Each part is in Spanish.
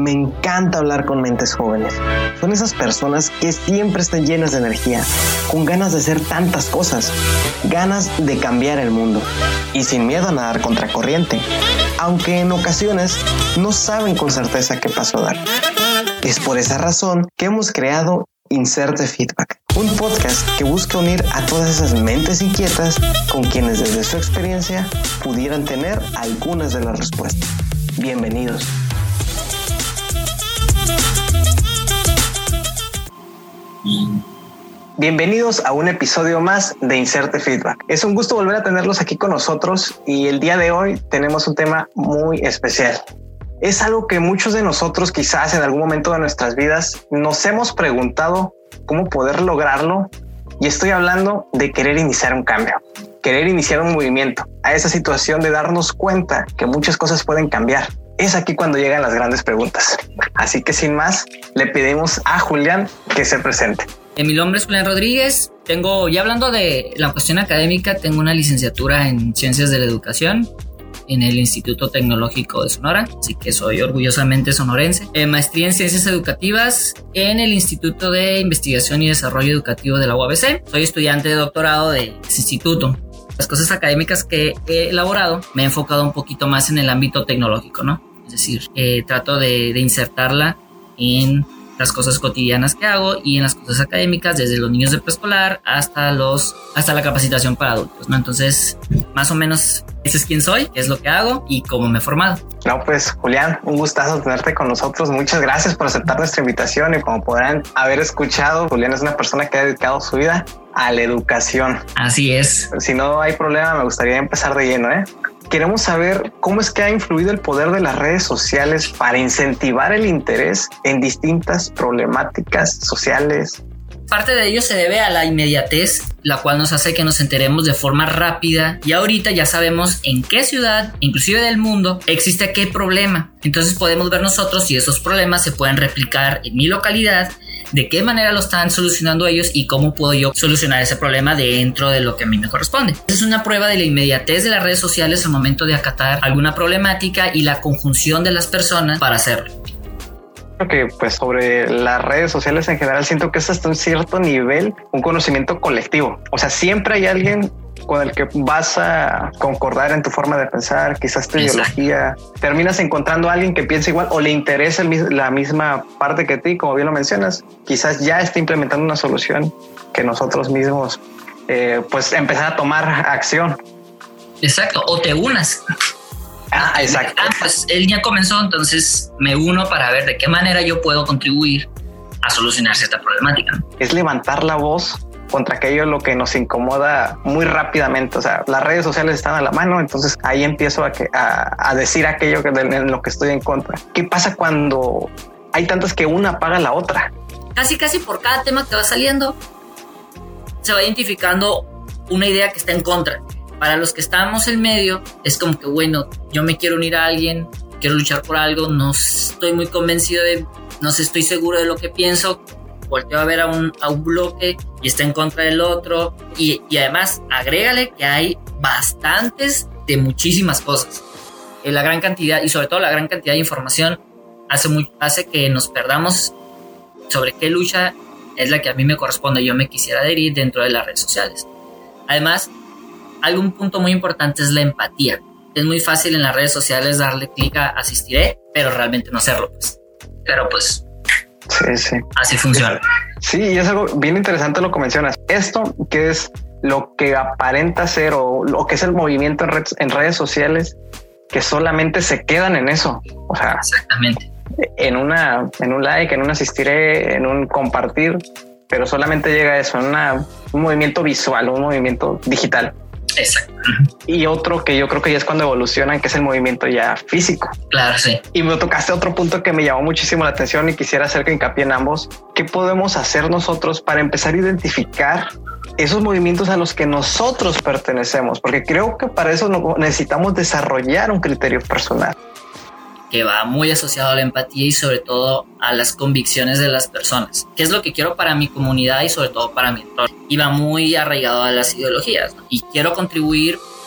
Me encanta hablar con mentes jóvenes. Son esas personas que siempre están llenas de energía, con ganas de hacer tantas cosas, ganas de cambiar el mundo y sin miedo a nadar contracorriente, aunque en ocasiones no saben con certeza qué paso dar. Es por esa razón que hemos creado Inserte Feedback, un podcast que busca unir a todas esas mentes inquietas con quienes desde su experiencia pudieran tener algunas de las respuestas. Bienvenidos. Bienvenidos a un episodio más de Inserte Feedback. Es un gusto volver a tenerlos aquí con nosotros y el día de hoy tenemos un tema muy especial. Es algo que muchos de nosotros quizás en algún momento de nuestras vidas nos hemos preguntado cómo poder lograrlo, y estoy hablando de querer iniciar un cambio, querer iniciar un movimiento, a esa situación de darnos cuenta que muchas cosas pueden cambiar. Es aquí cuando llegan las grandes preguntas. Así que sin más, le pedimos a Julián que se presente. Mi nombre es Julián Rodríguez. Ya hablando de la cuestión académica, tengo una licenciatura en Ciencias de la Educación en el Instituto Tecnológico de Sonora, así que soy orgullosamente sonorense. Maestría en Ciencias Educativas en el Instituto de Investigación y Desarrollo Educativo de la UABC. Soy estudiante de doctorado de ese instituto. Las cosas académicas que he elaborado me he enfocado un poquito más en el ámbito tecnológico, ¿no? Es decir, trato de insertarla en las cosas cotidianas que hago y en las cosas académicas, desde los niños de preescolar hasta la capacitación para adultos, ¿no? Entonces, más o menos, ese es quién soy, qué es lo que hago y cómo me he formado. No, pues Julián, un gustazo tenerte con nosotros. Muchas gracias por aceptar nuestra invitación, y como podrán haber escuchado, Julián es una persona que ha dedicado su vida a la educación. Así es. Si no hay problema, me gustaría empezar de lleno, Queremos saber cómo es que ha influido el poder de las redes sociales para incentivar el interés en distintas problemáticas sociales. Parte de ello se debe a la inmediatez, la cual nos hace que nos enteremos de forma rápida, y ahorita ya sabemos en qué ciudad, inclusive del mundo, existe qué problema. Entonces podemos ver nosotros si esos problemas se pueden replicar en mi localidad, de qué manera lo están solucionando ellos y cómo puedo yo solucionar ese problema dentro de lo que a mí me corresponde. Es una prueba de la inmediatez de las redes sociales al momento de acatar alguna problemática y la conjunción de las personas para hacerlo. Creo que pues sobre las redes sociales en general siento que es hasta un cierto nivel un conocimiento colectivo. O sea, siempre hay alguien con el que vas a concordar en tu forma de pensar, quizás tu ideología. Terminas encontrando a alguien que piensa igual o le interesa la misma parte que ti, como bien lo mencionas. Quizás ya esté implementando una solución que nosotros mismos pues empezar a tomar acción. Exacto, o te unas. Exacto. Pues él ya comenzó, entonces me uno para ver de qué manera yo puedo contribuir a solucionar cierta problemática. Es levantar la voz contra aquello lo que nos incomoda muy rápidamente. O sea, las redes sociales están a la mano, entonces ahí empiezo a decir aquello en lo que estoy en contra. ¿Qué pasa cuando hay tantas que una apaga la otra? Casi por cada tema que va saliendo se va identificando una idea que está en contra. Para los que estamos en medio, es como que, bueno, yo me quiero unir a alguien, quiero luchar por algo, no estoy muy convencido no estoy seguro de lo que pienso, volteo a ver a un bloque y está en contra del otro, y además agrégale que hay bastantes de muchísimas cosas. La gran cantidad, y sobre todo la gran cantidad de información, hace que nos perdamos sobre qué lucha es la que a mí me corresponde, yo me quisiera adherir dentro de las redes sociales. Además, algún punto muy importante es la empatía. Es muy fácil en las redes sociales darle clic a asistiré, pero realmente no hacerlo, pues. Pero pues sí. Así funciona. Sí, y es algo bien interesante lo que mencionas. Esto que es lo que aparenta ser o lo que es el movimiento en redes sociales, que solamente se quedan en eso. O sea, exactamente. En un like, en un asistiré, en un compartir, pero solamente llega a eso, en un movimiento visual, un movimiento digital. Exacto. Y otro que yo creo que ya es cuando evolucionan, que es el movimiento ya físico. Claro, sí. Y me tocaste otro punto que me llamó muchísimo la atención y quisiera hacer hincapié en ambos. ¿Qué podemos hacer nosotros para empezar a identificar esos movimientos a los que nosotros pertenecemos? Porque creo que para eso necesitamos desarrollar un criterio personal. que va muy asociado a la empatía y sobre todo a las convicciones de las personas. ¿Qué es lo que quiero para mi comunidad y sobre todo para mi entorno? Y va muy arraigado a las ideologías, ¿no? Y quiero contribuir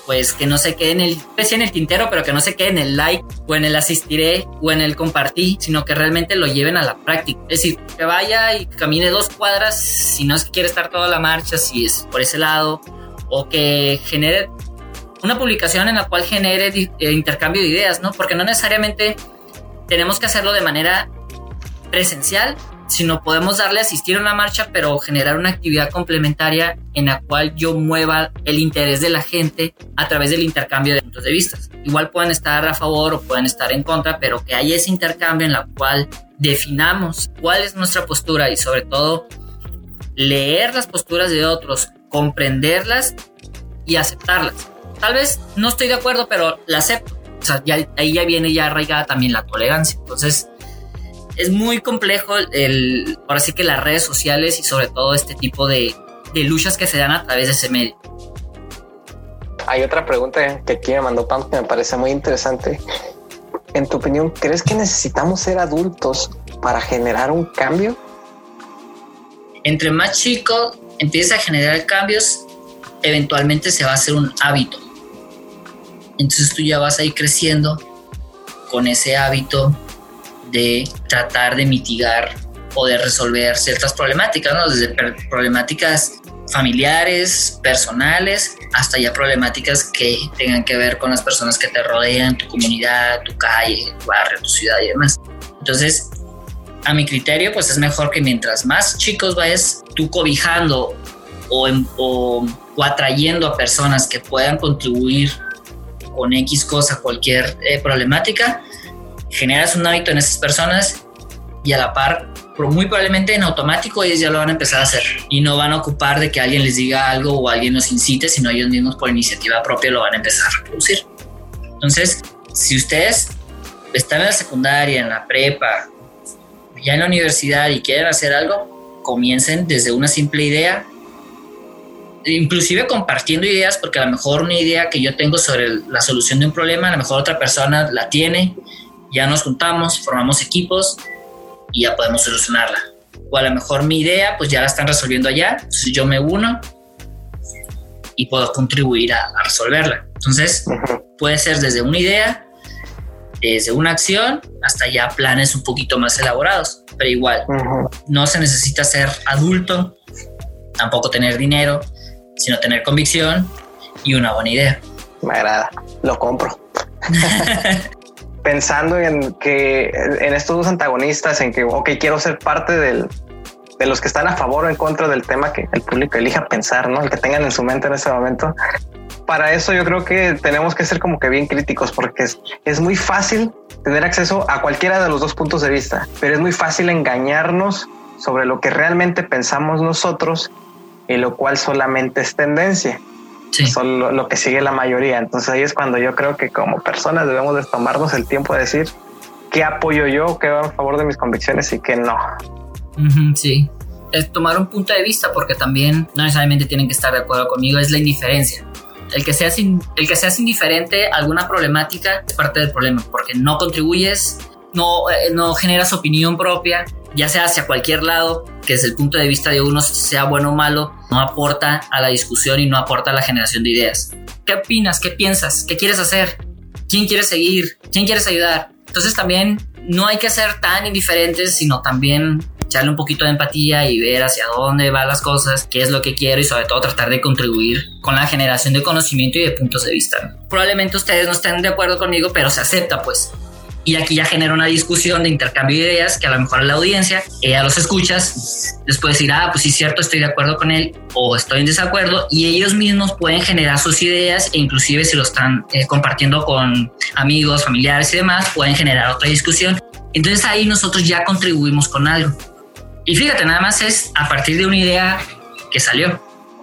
pues que no se quede en el tintero, pero que no se quede en el like o en el asistiré o en el compartí, sino que realmente lo lleven a la práctica. Es decir, que vaya y camine 2 cuadras si no es que quiere estar toda la marcha, si es por ese lado, o que genere una publicación en la cual genere intercambio de ideas, ¿no? Porque no necesariamente tenemos que hacerlo de manera presencial, sino podemos darle a asistir a una marcha, pero generar una actividad complementaria en la cual yo mueva el interés de la gente a través del intercambio de puntos de vista. Igual pueden estar a favor o pueden estar en contra, pero que haya ese intercambio en la cual definamos cuál es nuestra postura y sobre todo leer las posturas de otros, comprenderlas y aceptarlas. Tal vez no estoy de acuerdo, pero la acepto. O sea, ahí ya viene ya arraigada también la tolerancia. Entonces, es muy complejo ahora sí que las redes sociales y sobre todo este tipo de luchas que se dan a través de ese medio. Hay otra pregunta que aquí me mandó Pam que me parece muy interesante. En tu opinión, ¿crees que necesitamos ser adultos para generar un cambio? Entre más chico empieza a generar cambios, eventualmente se va a hacer un hábito. Entonces tú ya vas a ir creciendo con ese hábito de tratar de mitigar o de resolver ciertas problemáticas, ¿no? Desde problemáticas familiares, personales, hasta ya problemáticas que tengan que ver con las personas que te rodean, tu comunidad, tu calle, tu barrio, tu ciudad y demás. Entonces, a mi criterio, pues es mejor que mientras más chicos vayas tú cobijando o atrayendo a personas que puedan contribuir con X cosa, cualquier problemática, generas un hábito en esas personas y a la par, muy probablemente en automático ellos ya lo van a empezar a hacer y no van a ocupar de que alguien les diga algo o alguien los incite, sino ellos mismos por iniciativa propia lo van a empezar a reproducir. Entonces, si ustedes están en la secundaria, en la prepa, ya en la universidad y quieren hacer algo, comiencen desde una simple idea, inclusive compartiendo ideas, porque a lo mejor una idea que yo tengo sobre la solución de un problema, a lo mejor otra persona la tiene, ya nos juntamos, formamos equipos y ya podemos solucionarla. O a lo mejor mi idea pues ya la están resolviendo allá, entonces yo me uno y puedo contribuir a resolverla. Entonces puede ser desde una idea, desde una acción, hasta ya planes un poquito más elaborados, pero igual no se necesita ser adulto, tampoco tener dinero, sino tener convicción y una buena idea. Me agrada, lo compro. Pensando en que en estos dos antagonistas, en que quiero ser parte de los que están a favor o en contra del tema que el público elija pensar, ¿no? El que tengan en su mente en ese momento. Para eso yo creo que tenemos que ser como que bien críticos, porque es muy fácil tener acceso a cualquiera de los dos puntos de vista, pero es muy fácil engañarnos sobre lo que realmente pensamos nosotros y lo cual solamente es tendencia. Sí. Solo lo que sigue la mayoría. Entonces ahí es cuando yo creo que como personas debemos de tomarnos el tiempo de decir qué apoyo yo, qué va a favor de mis convicciones y qué no. Sí, es tomar un punto de vista, porque también no necesariamente tienen que estar de acuerdo conmigo, es la indiferencia. El que seas indiferente a alguna problemática es parte del problema, porque no contribuyes, no generas opinión propia, ya sea hacia cualquier lado, que desde el punto de vista de uno sea bueno o malo, no aporta a la discusión y no aporta a la generación de ideas. ¿Qué opinas? ¿Qué piensas? ¿Qué quieres hacer? ¿Quién quieres seguir? ¿Quién quieres ayudar? Entonces también no hay que ser tan indiferentes, sino también echarle un poquito de empatía y ver hacia dónde van las cosas, qué es lo que quiero y sobre todo tratar de contribuir con la generación de conocimiento y de puntos de vista. Probablemente ustedes no estén de acuerdo conmigo, pero se acepta pues. Y aquí ya genera una discusión de intercambio de ideas que a lo mejor a la audiencia, a los escuchas, les puede decir, pues sí, cierto, estoy de acuerdo con él o estoy en desacuerdo, y ellos mismos pueden generar sus ideas e inclusive si lo están compartiendo con amigos, familiares y demás, pueden generar otra discusión. Entonces ahí nosotros ya contribuimos con algo. Y fíjate, nada más es a partir de una idea que salió.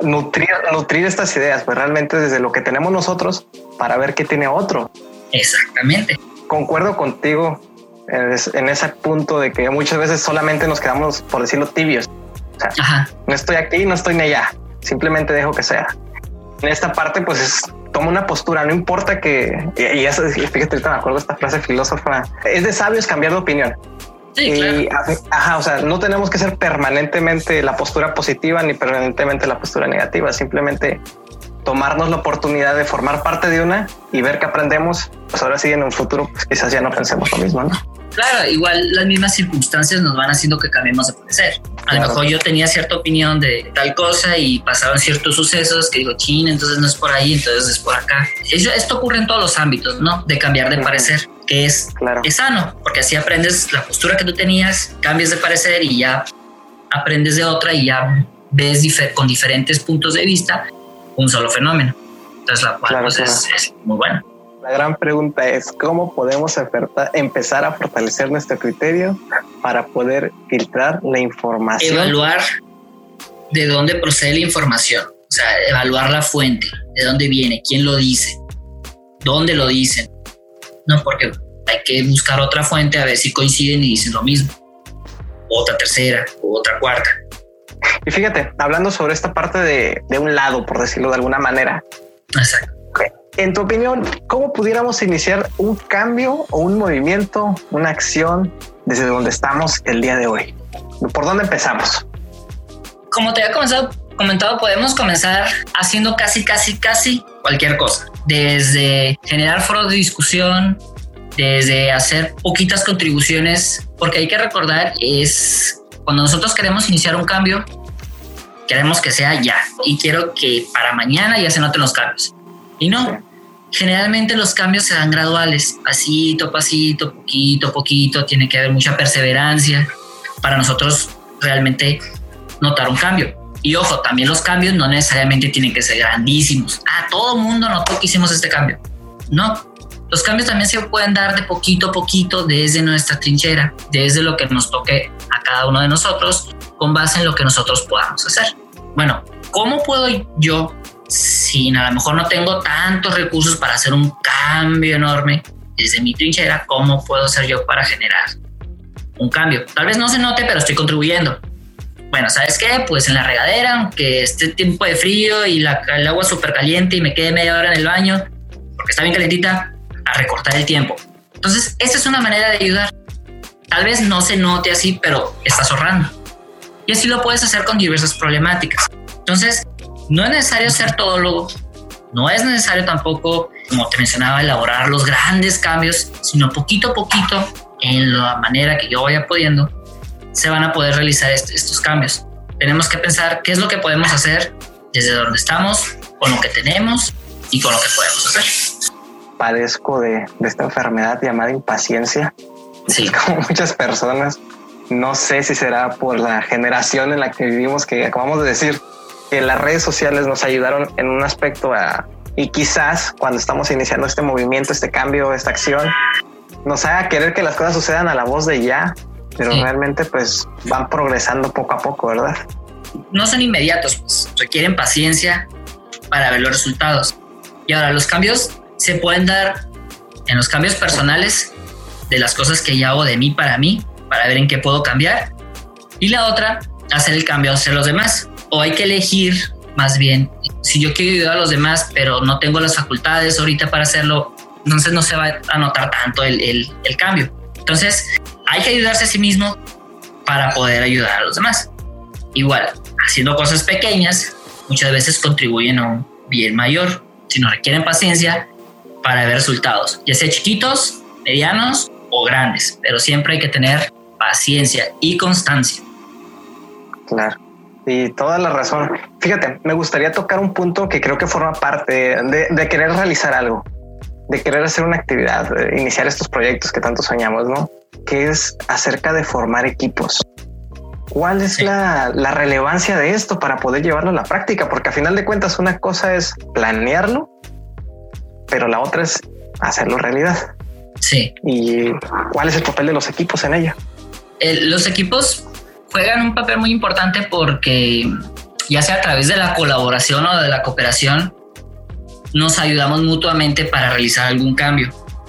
Nutrir estas ideas, pues realmente desde lo que tenemos nosotros para ver qué tiene otro. Exactamente. Concuerdo contigo en ese punto de que muchas veces solamente nos quedamos, por decirlo, tibios. O sea, no estoy aquí, no estoy ni allá. Simplemente dejo que sea. En esta parte, pues toma una postura. No importa que... Y eso, fíjate, ahorita me acuerdo de esta frase filósofa. Es de sabios cambiar de opinión. Sí, claro. O sea, no tenemos que ser permanentemente la postura positiva ni permanentemente la postura negativa. Simplemente tomarnos la oportunidad de formar parte de una y ver qué aprendemos, pues ahora sí en un futuro pues quizás ya no pensemos lo mismo, ¿no? Claro, igual las mismas circunstancias nos van haciendo que cambiemos de parecer. A lo mejor yo tenía cierta opinión de tal cosa y pasaron ciertos sucesos que digo, chin, entonces no es por ahí, entonces es por acá. Esto ocurre en todos los ámbitos, ¿no? De cambiar de parecer, que es sano, porque así aprendes la postura que tú tenías, cambias de parecer y ya aprendes de otra y ya ves con diferentes puntos de vista un solo fenómeno. Entonces la cual es muy buena. La gran pregunta es cómo podemos empezar a fortalecer nuestro criterio para poder filtrar la información. Evaluar de dónde procede la información, o sea, evaluar la fuente, de dónde viene, quién lo dice, dónde lo dicen. No, porque hay que buscar otra fuente a ver si coinciden y dicen lo mismo. Otra tercera, o otra cuarta. Y fíjate, hablando sobre esta parte de un lado, por decirlo de alguna manera. Exacto. En tu opinión, ¿cómo pudiéramos iniciar un cambio o un movimiento, una acción desde donde estamos el día de hoy? ¿Por dónde empezamos? Como te había comentado, podemos comenzar haciendo casi cualquier cosa. Desde generar foros de discusión, desde hacer poquitas contribuciones, porque hay que recordar es cuando nosotros queremos iniciar un cambio, queremos que sea ya y quiero que para mañana ya se noten los cambios. Y no, generalmente los cambios se dan graduales, pasito a pasito, poquito a poquito, tiene que haber mucha perseverancia para nosotros realmente notar un cambio. Y ojo, también los cambios no necesariamente tienen que ser grandísimos. Todo el mundo notó que hicimos este cambio. No, los cambios también se pueden dar de poquito a poquito desde nuestra trinchera, desde lo que nos toque a cada uno de nosotros, con base en lo que nosotros podamos hacer. Bueno, ¿cómo puedo yo, si a lo mejor no tengo tantos recursos para hacer un cambio enorme desde mi trinchera, cómo puedo hacer yo para generar un cambio? Tal vez no se note, pero estoy contribuyendo. Bueno, ¿sabes qué? Pues en la regadera, aunque esté tiempo de frío y el agua súper caliente y me quede media hora en el baño, porque está bien calentita, a recortar el tiempo. Entonces, esta es una manera de ayudar. Tal vez no se note así, pero estás ahorrando. Y así lo puedes hacer con diversas problemáticas. Entonces, no es necesario ser todólogo, no es necesario tampoco, como te mencionaba, elaborar los grandes cambios, sino poquito a poquito, en la manera que yo vaya pudiendo, se van a poder realizar estos cambios. Tenemos que pensar qué es lo que podemos hacer desde donde estamos, con lo que tenemos y con lo que podemos hacer. Padezco de esta enfermedad llamada impaciencia. Sí. Como muchas personas, no sé si será por la generación en la que vivimos, que acabamos de decir que las redes sociales nos ayudaron en un aspecto y quizás cuando estamos iniciando este movimiento, este cambio, esta acción, nos haga querer que las cosas sucedan a la voz de ya, pero realmente pues van progresando poco a poco, ¿verdad? No son inmediatos, pues requieren paciencia para ver los resultados. Y ahora los cambios se pueden dar en los cambios personales de las cosas que ya hago de mí, para ver en qué puedo cambiar. Y la otra, hacer el cambio hacia los demás. O hay que elegir más bien, si yo quiero ayudar a los demás, pero no tengo las facultades ahorita para hacerlo, entonces no se va a notar tanto el cambio. Entonces hay que ayudarse a sí mismo para poder ayudar a los demás. Igual, haciendo cosas pequeñas, muchas veces contribuyen a un bien mayor, si nos requieren paciencia para ver resultados, ya sea chiquitos, medianos o grandes, pero siempre hay que tener paciencia y constancia. Claro, y toda la razón. Fíjate, me gustaría tocar un punto que creo que forma parte de querer realizar algo, de querer hacer una actividad, de iniciar estos proyectos que tanto soñamos, ¿no? Que es acerca de formar equipos. ¿Cuál es la relevancia de esto para poder llevarlo a la práctica? Porque a final de cuentas una cosa es planearlo, pero la otra es hacerlo realidad. Sí. ¿Y cuál es el papel de los equipos en ello? Los equipos juegan un papel muy importante porque ya sea a través de la colaboración o de la cooperación, nos ayudamos mutuamente para realizar algún cambio.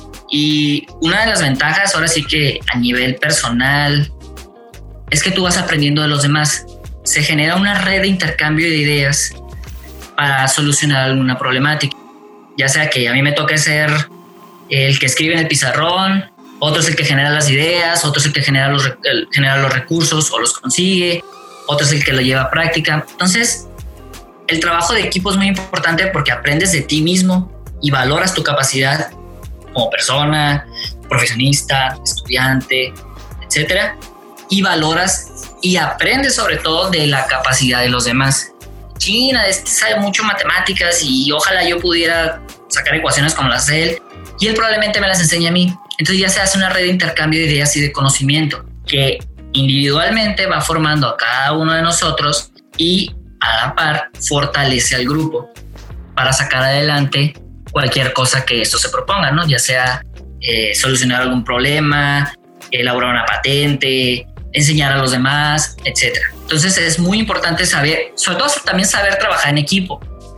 Y una de las ventajas, ahora sí que a nivel personal, es que tú vas aprendiendo de los demás. Se genera una red de intercambio de ideas para solucionar alguna problemática. Ya sea que a mí me toque ser el que escribe en el pizarrón, otro es el que genera las ideas, otro es el que genera los recursos o los consigue, otro es el que lo lleva a práctica. Entonces, el trabajo de equipo es muy importante porque aprendes de ti mismo y valoras tu capacidad como persona, profesionista, estudiante, etcétera, y valoras y aprendes sobre todo de la capacidad de los demás. China, sabe mucho matemáticas y ojalá yo pudiera sacar ecuaciones como las de él, y él probablemente me las enseña a mí. Entonces ya se hace una red de intercambio de ideas y de conocimiento que individualmente va formando a cada uno de nosotros y a la par fortalece al grupo para sacar adelante cualquier cosa que esto se proponga, ¿no? Ya sea solucionar algún problema, elaborar una patente, enseñar a los demás, etcétera. Entonces es muy importante saber, sobre todo también saber trabajar en equipo.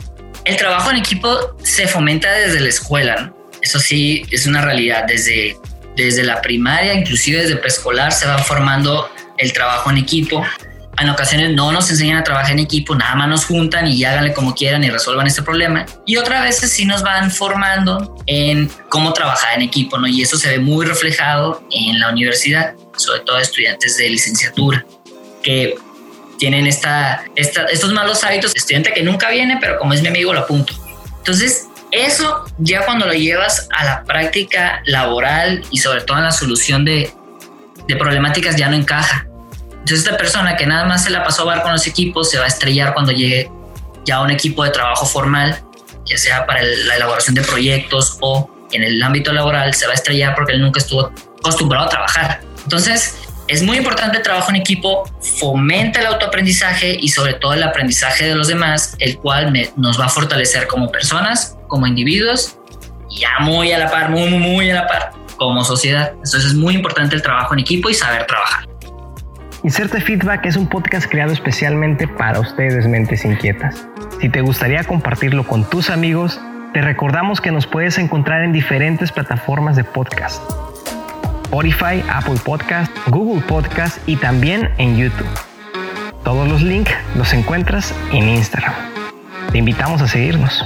El trabajo en equipo se fomenta desde la escuela, ¿no? Eso sí es una realidad. Desde la primaria, inclusive desde preescolar, se va formando el trabajo en equipo. En ocasiones no nos enseñan a trabajar en equipo, nada más nos juntan y háganle como quieran y resuelvan este problema. Y otras veces sí nos van formando en cómo trabajar en equipo, ¿no? Y eso se ve muy reflejado en la universidad, sobre todo estudiantes de licenciatura, que tienen estos malos hábitos. Estudiante que nunca viene, pero como es mi amigo lo apunto. Entonces, eso ya cuando lo llevas a la práctica laboral y sobre todo en la solución de problemáticas ya no encaja. Entonces esta persona que nada más se la pasó a bar con los equipos se va a estrellar cuando llegue ya a un equipo de trabajo formal, ya sea para la elaboración de proyectos o en el ámbito laboral, se va a estrellar porque él nunca estuvo acostumbrado a trabajar. Entonces es muy importante el trabajo en equipo, fomenta el autoaprendizaje y sobre todo el aprendizaje de los demás, el cual nos va a fortalecer como personas, como individuos y ya muy a la par, muy a la par como sociedad. Entonces es muy importante el trabajo en equipo y saber trabajar. Inserte Feedback es un podcast creado especialmente para ustedes, mentes inquietas. Si te gustaría compartirlo con tus amigos, te recordamos que nos puedes encontrar en diferentes plataformas de podcast: Spotify, Apple Podcast, Google Podcast y también en YouTube. Todos los links los encuentras en Instagram. Te invitamos a seguirnos.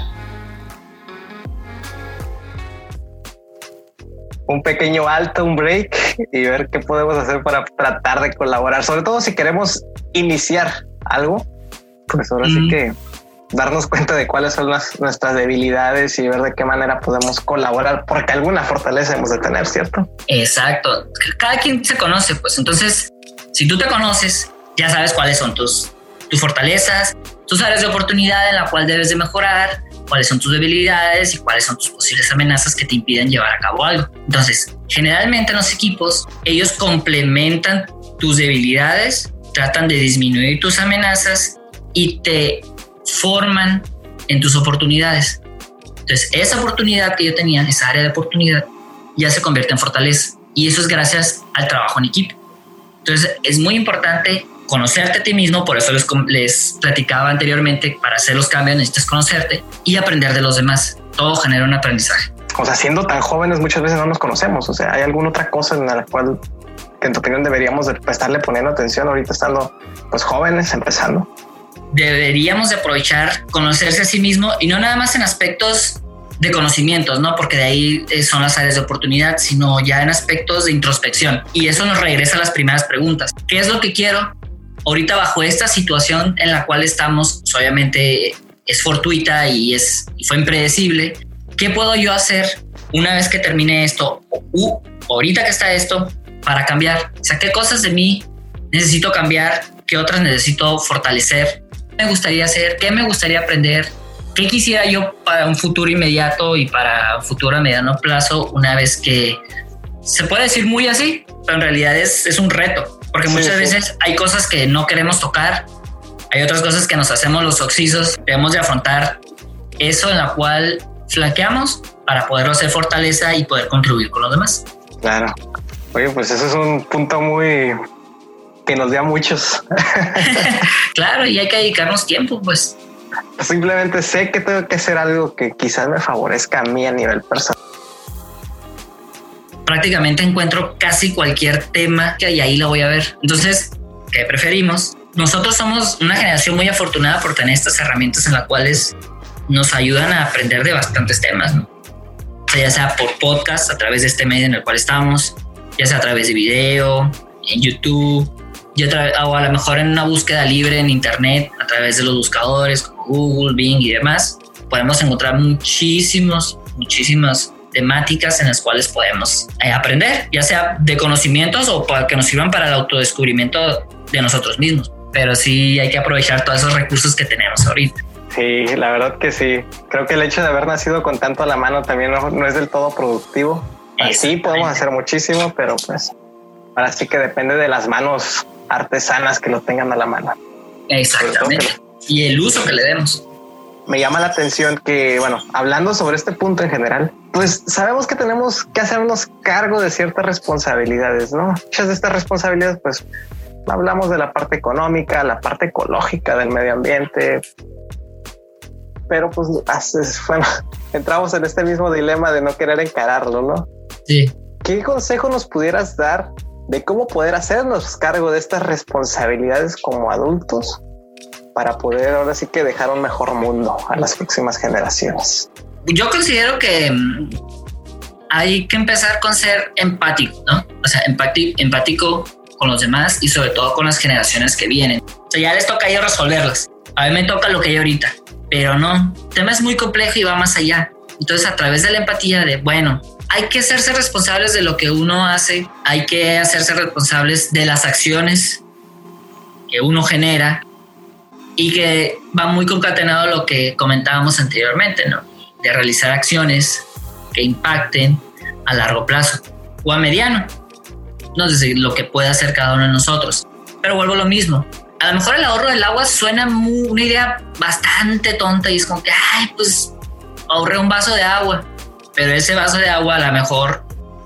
Un pequeño alto, un break y ver qué podemos hacer para tratar de colaborar, sobre todo si queremos iniciar algo, pues ahora sí que darnos cuenta de cuáles son nuestras debilidades y ver de qué manera podemos colaborar, porque alguna fortaleza hemos de tener, ¿cierto? Exacto. Cada quien se conoce, pues entonces si tú te conoces, ya sabes cuáles son tus fortalezas, tus áreas de oportunidad en la cual debes de mejorar, cuáles son tus debilidades y cuáles son tus posibles amenazas que te impiden llevar a cabo algo. Entonces, generalmente en los equipos, ellos complementan tus debilidades, tratan de disminuir tus amenazas y te forman en tus oportunidades. Entonces, esa oportunidad que yo tenía, esa área de oportunidad, ya se convierte en fortaleza. Y eso es gracias al trabajo en equipo. Entonces, es muy importante conocerte a ti mismo, por eso les platicaba anteriormente, para hacer los cambios necesitas conocerte y aprender de los demás. Todo genera un aprendizaje. O sea, siendo tan jóvenes muchas veces no nos conocemos. O sea, ¿hay alguna otra cosa en la cual, que en tu opinión, deberíamos de estarle poniendo atención ahorita estando pues jóvenes, empezando? Deberíamos de aprovechar conocerse a sí mismo y no nada más en aspectos de conocimientos, ¿no? Porque de ahí son las áreas de oportunidad, sino ya en aspectos de introspección. Y eso nos regresa a las primeras preguntas. ¿Qué es lo que quiero? Ahorita bajo esta situación en la cual estamos, pues obviamente es fortuita y fue impredecible. ¿Qué puedo yo hacer una vez que termine esto? Ahorita que está esto, para cambiar. O sea, ¿qué cosas de mí necesito cambiar? ¿Qué otras necesito fortalecer? ¿Qué me gustaría hacer? ¿Qué me gustaría aprender? ¿Qué quisiera yo para un futuro inmediato y para un futuro a mediano plazo? Una vez que se puede decir muy así, pero en realidad es un reto. Porque muchas veces hay cosas que no queremos tocar, hay otras cosas que nos hacemos los oxisos. Debemos de afrontar eso en la cual flanqueamos para poderlo hacer fortaleza y poder contribuir con los demás. Claro. Oye, pues eso es un punto muy que nos da a muchos. Claro, y hay que dedicarnos tiempo, pues. Simplemente sé que tengo que hacer algo que quizás me favorezca a mí a nivel personal. Prácticamente encuentro casi cualquier tema que ahí lo voy a ver. Entonces, ¿qué preferimos? Nosotros somos una generación muy afortunada por tener estas herramientas en las cuales nos ayudan a aprender de bastantes temas, ¿no? O sea, ya sea por podcast, a través de este medio en el cual estamos, ya sea a través de video, en YouTube, o a lo mejor en una búsqueda libre en internet, a través de los buscadores como Google, Bing y demás, podemos encontrar muchísimas temáticas en las cuales podemos aprender, ya sea de conocimientos o para que nos sirvan para el autodescubrimiento de nosotros mismos. Pero sí hay que aprovechar todos esos recursos que tenemos ahorita. Sí, la verdad que sí. Creo que el hecho de haber nacido con tanto a la mano también no es del todo productivo. Sí podemos hacer muchísimo, pero pues ahora sí que depende de las manos artesanas que lo tengan a la mano. Exactamente. Y el uso que le demos. Me llama la atención que, bueno, hablando sobre este punto en general, pues sabemos que tenemos que hacernos cargo de ciertas responsabilidades, ¿no? Muchas de estas responsabilidades, pues hablamos de la parte económica, la parte ecológica del medio ambiente, pero pues bueno, entramos en este mismo dilema de no querer encararlo, ¿no? Sí. ¿Qué consejo nos pudieras dar de cómo poder hacernos cargo de estas responsabilidades como adultos para poder ahora sí que dejar un mejor mundo a las próximas generaciones? Yo considero que hay que empezar con ser empático, ¿no? O sea, empático con los demás y sobre todo con las generaciones que vienen. O sea, ya les toca a ellos resolverlas. A mí me toca lo que hay ahorita, pero no. El tema es muy complejo y va más allá. Entonces, a través de la empatía hay que hacerse responsables de lo que uno hace, hay que hacerse responsables de las acciones que uno genera y que va muy concatenado a lo que comentábamos anteriormente, ¿no? De realizar acciones que impacten a largo plazo o a mediano. No sé lo que puede hacer cada uno de nosotros. Pero vuelvo a lo mismo. A lo mejor el ahorro del agua suena una idea bastante tonta y es como que, pues ahorré un vaso de agua. Pero ese vaso de agua a lo mejor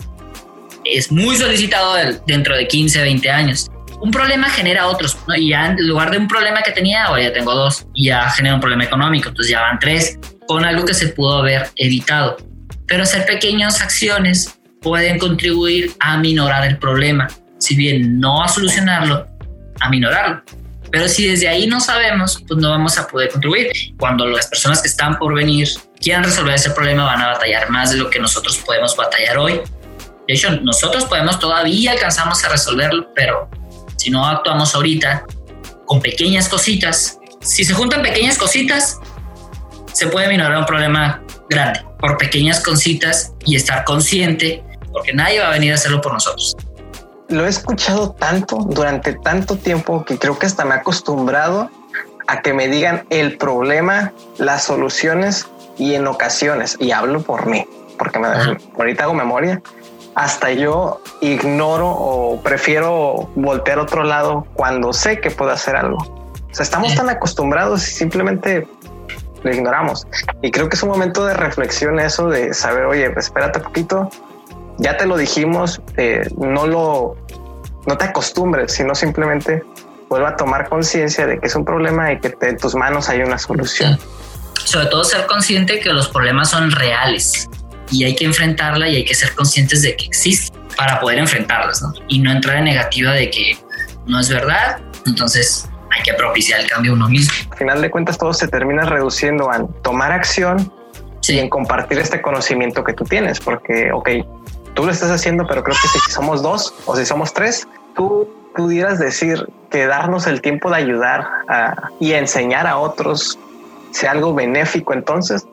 es muy solicitado dentro de 15, 20 años. Un problema genera otros, ¿no? Y ya en lugar de un problema que tenía, ahora ya tengo 2. Y ya genera un problema económico, entonces ya van 3. Con algo que se pudo haber evitado. Pero hacer pequeñas acciones pueden contribuir a minorar el problema. Si bien no a solucionarlo, a minorarlo. Pero si desde ahí no sabemos, pues no vamos a poder contribuir. Cuando las personas que están por venir quieran resolver ese problema, van a batallar más de lo que nosotros podemos batallar hoy. De hecho, nosotros todavía alcanzamos a resolverlo, pero si no actuamos ahorita con pequeñas cositas, si se juntan pequeñas cositas, se puede minorar un problema grande por pequeñas cositas y estar consciente, porque nadie va a venir a hacerlo por nosotros. Lo he escuchado tanto durante tanto tiempo que creo que hasta me he acostumbrado a que me digan el problema, las soluciones, y en ocasiones, y hablo por mí, porque ahorita hago memoria, hasta yo ignoro o prefiero voltear a otro lado cuando sé que puedo hacer algo. O sea, estamos tan acostumbrados y simplemente lo ignoramos. Y creo que es un momento de reflexión eso de saber, oye, espérate un poquito, ya te lo dijimos, no te acostumbres, sino simplemente vuelva a tomar conciencia de que es un problema y que en tus manos hay una solución. Sobre todo ser consciente que los problemas son reales y hay que enfrentarla y hay que ser conscientes de que existen para poder enfrentarlas, ¿no? Y no entrar en negativa de que no es verdad, entonces hay que propiciar el cambio uno mismo. Al final de cuentas todo se termina reduciendo a tomar acción y en compartir este conocimiento que tú tienes, porque tú lo estás haciendo, pero creo que si somos 2 o si somos 3, tú pudieras decir que darnos el tiempo de ayudar y enseñar a otros sea algo benéfico. Entonces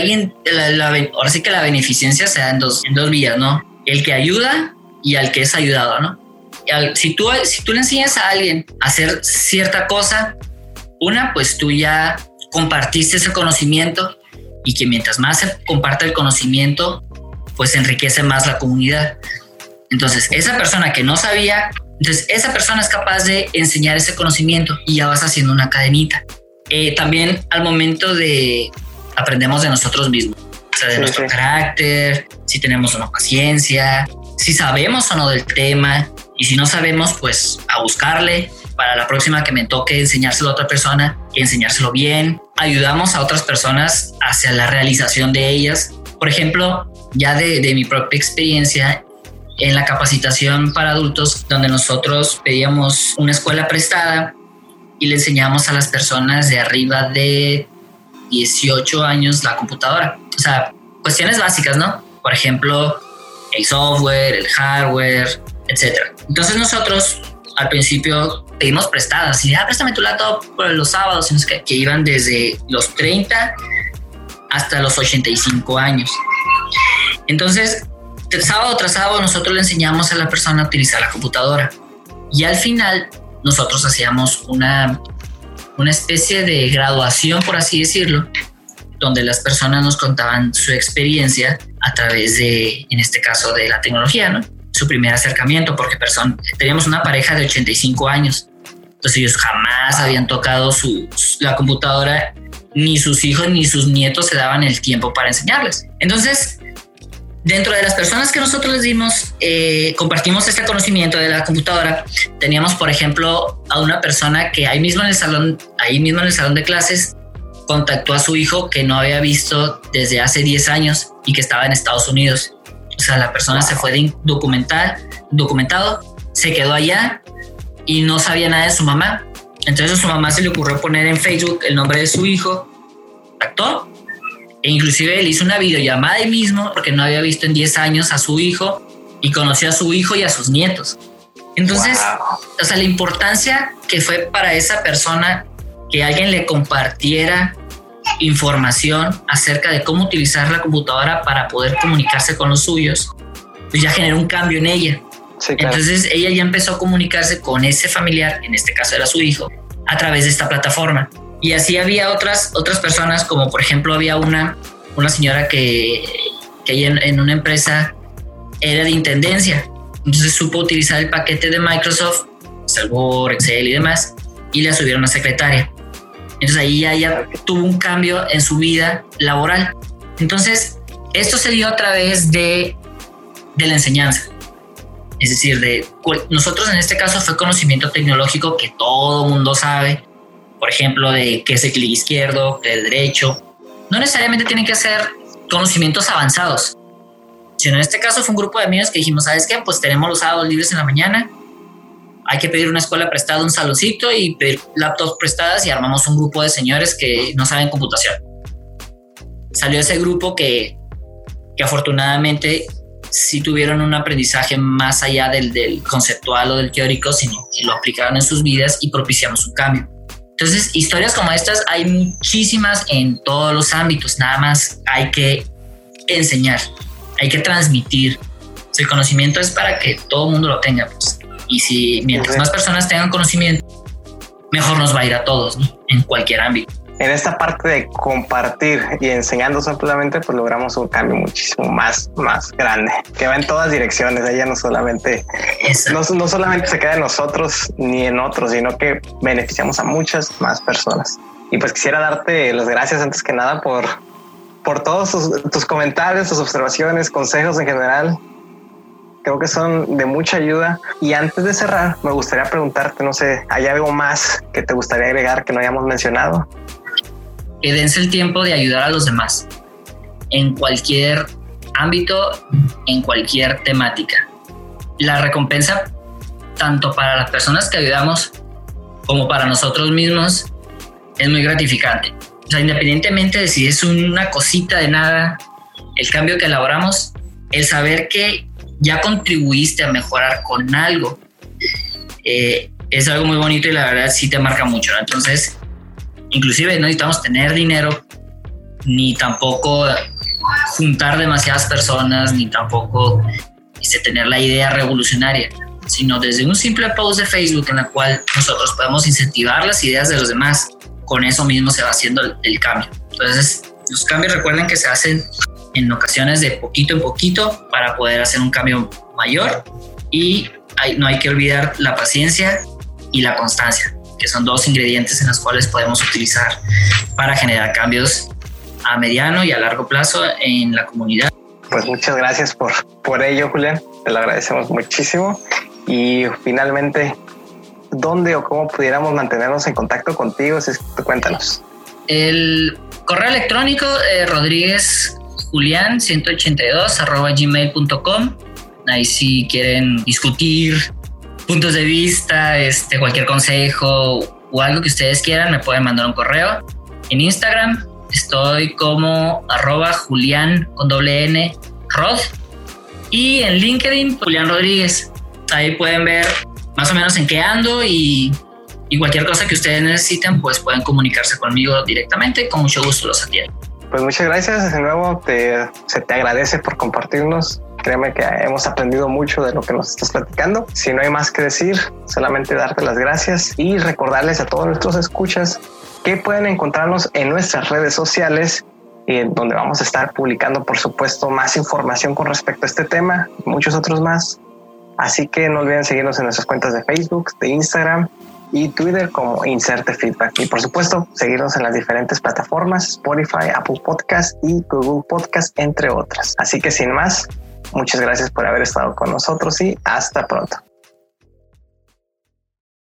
ahora sí que la beneficencia se da en dos vías, ¿no? El que ayuda y al que es ayudado, ¿no? Si tú le enseñas a alguien a hacer cierta cosa, pues tú ya compartiste ese conocimiento y que mientras más se comparte el conocimiento, pues enriquece más la comunidad. Entonces, esa persona que no sabía, entonces esa persona es capaz de enseñar ese conocimiento y ya vas haciendo una cadenita. También al momento de aprendemos de nosotros mismos, o sea, de nuestro carácter, si tenemos o no paciencia, si sabemos o no del tema, y si no sabemos, pues a buscarle para la próxima que me toque enseñárselo a otra persona y enseñárselo bien. Ayudamos a otras personas hacia la realización de ellas. Por ejemplo, ya de mi propia experiencia en la capacitación para adultos, donde nosotros pedíamos una escuela prestada y le enseñamos a las personas de arriba de 18 años la computadora. O sea, cuestiones básicas, ¿no? Por ejemplo, el software, el hardware, etc. Entonces nosotros al principio pedimos prestadas y préstame tu laptop por los sábados, que iban desde los 30 hasta los 85 años. Entonces, sábado tras sábado nosotros le enseñamos a la persona a utilizar la computadora y al final nosotros hacíamos una especie de graduación, por así decirlo, donde las personas nos contaban su experiencia a través de, en este caso, de la tecnología, ¿no? Su primer acercamiento, porque teníamos una pareja de 85 años. Entonces ellos jamás habían tocado la computadora, ni sus hijos ni sus nietos se daban el tiempo para enseñarles. Entonces, dentro de las personas que nosotros les dimos, compartimos este conocimiento de la computadora, teníamos, por ejemplo, a una persona que ahí mismo en el salón de clases, contactó a su hijo que no había visto desde hace 10 años y que estaba en Estados Unidos. O sea, la persona se fue documentado, se quedó allá y no sabía nada de su mamá. Entonces a su mamá se le ocurrió poner en Facebook el nombre de su hijo, contactó, e inclusive le hizo una videollamada ahí mismo porque no había visto en 10 años a su hijo y conoció a su hijo y a sus nietos. Entonces, o sea, la importancia que fue para esa persona que alguien le compartiera información acerca de cómo utilizar la computadora para poder comunicarse con los suyos, pues ya generó un cambio en ella. Sí, claro. Entonces ella ya empezó a comunicarse con ese familiar, en este caso era su hijo, a través de esta plataforma. Y así había otras personas, como por ejemplo había una señora que en una empresa era de intendencia, entonces supo utilizar el paquete de Microsoft, el Word, Excel y demás, y la subieron a secretaria. Entonces ahí ya tuvo un cambio en su vida laboral. Entonces esto se dio a través de la enseñanza. Es decir, nosotros en este caso fue conocimiento tecnológico que todo mundo sabe. Por ejemplo, de qué es el clic izquierdo, qué es el derecho. No necesariamente tienen que ser conocimientos avanzados, sino en este caso fue un grupo de amigos que dijimos, ¿sabes qué? Pues tenemos los sábados libres en la mañana. Hay que pedir una escuela prestada, un saloncito y pedir laptops prestadas y armamos un grupo de señores que no saben computación. Salió ese grupo que afortunadamente sí tuvieron un aprendizaje más allá del conceptual o del teórico, sino que lo aplicaron en sus vidas y propiciamos un cambio. Entonces, historias como estas hay muchísimas en todos los ámbitos, nada más hay que enseñar, hay que transmitir. El conocimiento es para que todo el mundo lo tenga, pues. Y si mientras más personas tengan conocimiento, mejor nos va a ir a todos, ¿no? En cualquier ámbito. En esta parte de compartir y enseñando simplemente, pues logramos un cambio muchísimo más grande, que va en todas direcciones. Ella no solamente se queda en nosotros ni en otros, sino que beneficiamos a muchas más personas. Y pues quisiera darte las gracias antes que nada por todos tus comentarios, tus observaciones, consejos en general. Creo que son de mucha ayuda. Y antes de cerrar, me gustaría preguntarte, no sé, ¿hay algo más que te gustaría agregar que no hayamos mencionado? Que dense el tiempo de ayudar a los demás en cualquier ámbito, en cualquier temática. La recompensa, tanto para las personas que ayudamos como para nosotros mismos, es muy gratificante. O sea, independientemente de si es una cosita de nada, el cambio que elaboramos, el saber que ya contribuiste a mejorar con algo, es algo muy bonito y la verdad sí te marca mucho, ¿no? Entonces, inclusive no necesitamos tener dinero, ni tampoco juntar demasiadas personas, ni tampoco tener la idea revolucionaria, sino desde un simple post de Facebook en la cual nosotros podemos incentivar las ideas de los demás. Con eso mismo se va haciendo el cambio. Entonces, los cambios, recuerden que se hacen en ocasiones de poquito en poquito para poder hacer un cambio mayor, y no hay que olvidar la paciencia y la constancia, que son dos ingredientes en los cuales podemos utilizar para generar cambios a mediano y a largo plazo en la comunidad. Pues muchas gracias por ello, Julián. Te lo agradecemos muchísimo. Y finalmente, ¿dónde o cómo pudiéramos mantenernos en contacto contigo? Cuéntanos. El correo electrónico rodriguezjulian182@gmail.com. Ahí si quieren discutir puntos de vista, cualquier consejo o algo que ustedes quieran, me pueden mandar un correo. En Instagram estoy como @Julian_Rod, y en LinkedIn Julián Rodríguez. Ahí pueden ver más o menos en qué ando y cualquier cosa que ustedes necesiten, pues pueden comunicarse conmigo directamente. Con mucho gusto los atiendo. Pues muchas gracias de nuevo. Se te agradece por compartirnos. Créeme que hemos aprendido mucho de lo que nos estás platicando. Si no hay más que decir, solamente darte las gracias y recordarles a todos nuestros escuchas que pueden encontrarnos en nuestras redes sociales, donde vamos a estar publicando, por supuesto, más información con respecto a este tema y muchos otros más. Así que no olviden seguirnos en nuestras cuentas de Facebook, de Instagram y Twitter como Inserte Feedback. Y por supuesto, seguirnos en las diferentes plataformas, Spotify, Apple Podcast y Google Podcast, entre otras. Así que sin más, muchas gracias por haber estado con nosotros y hasta pronto.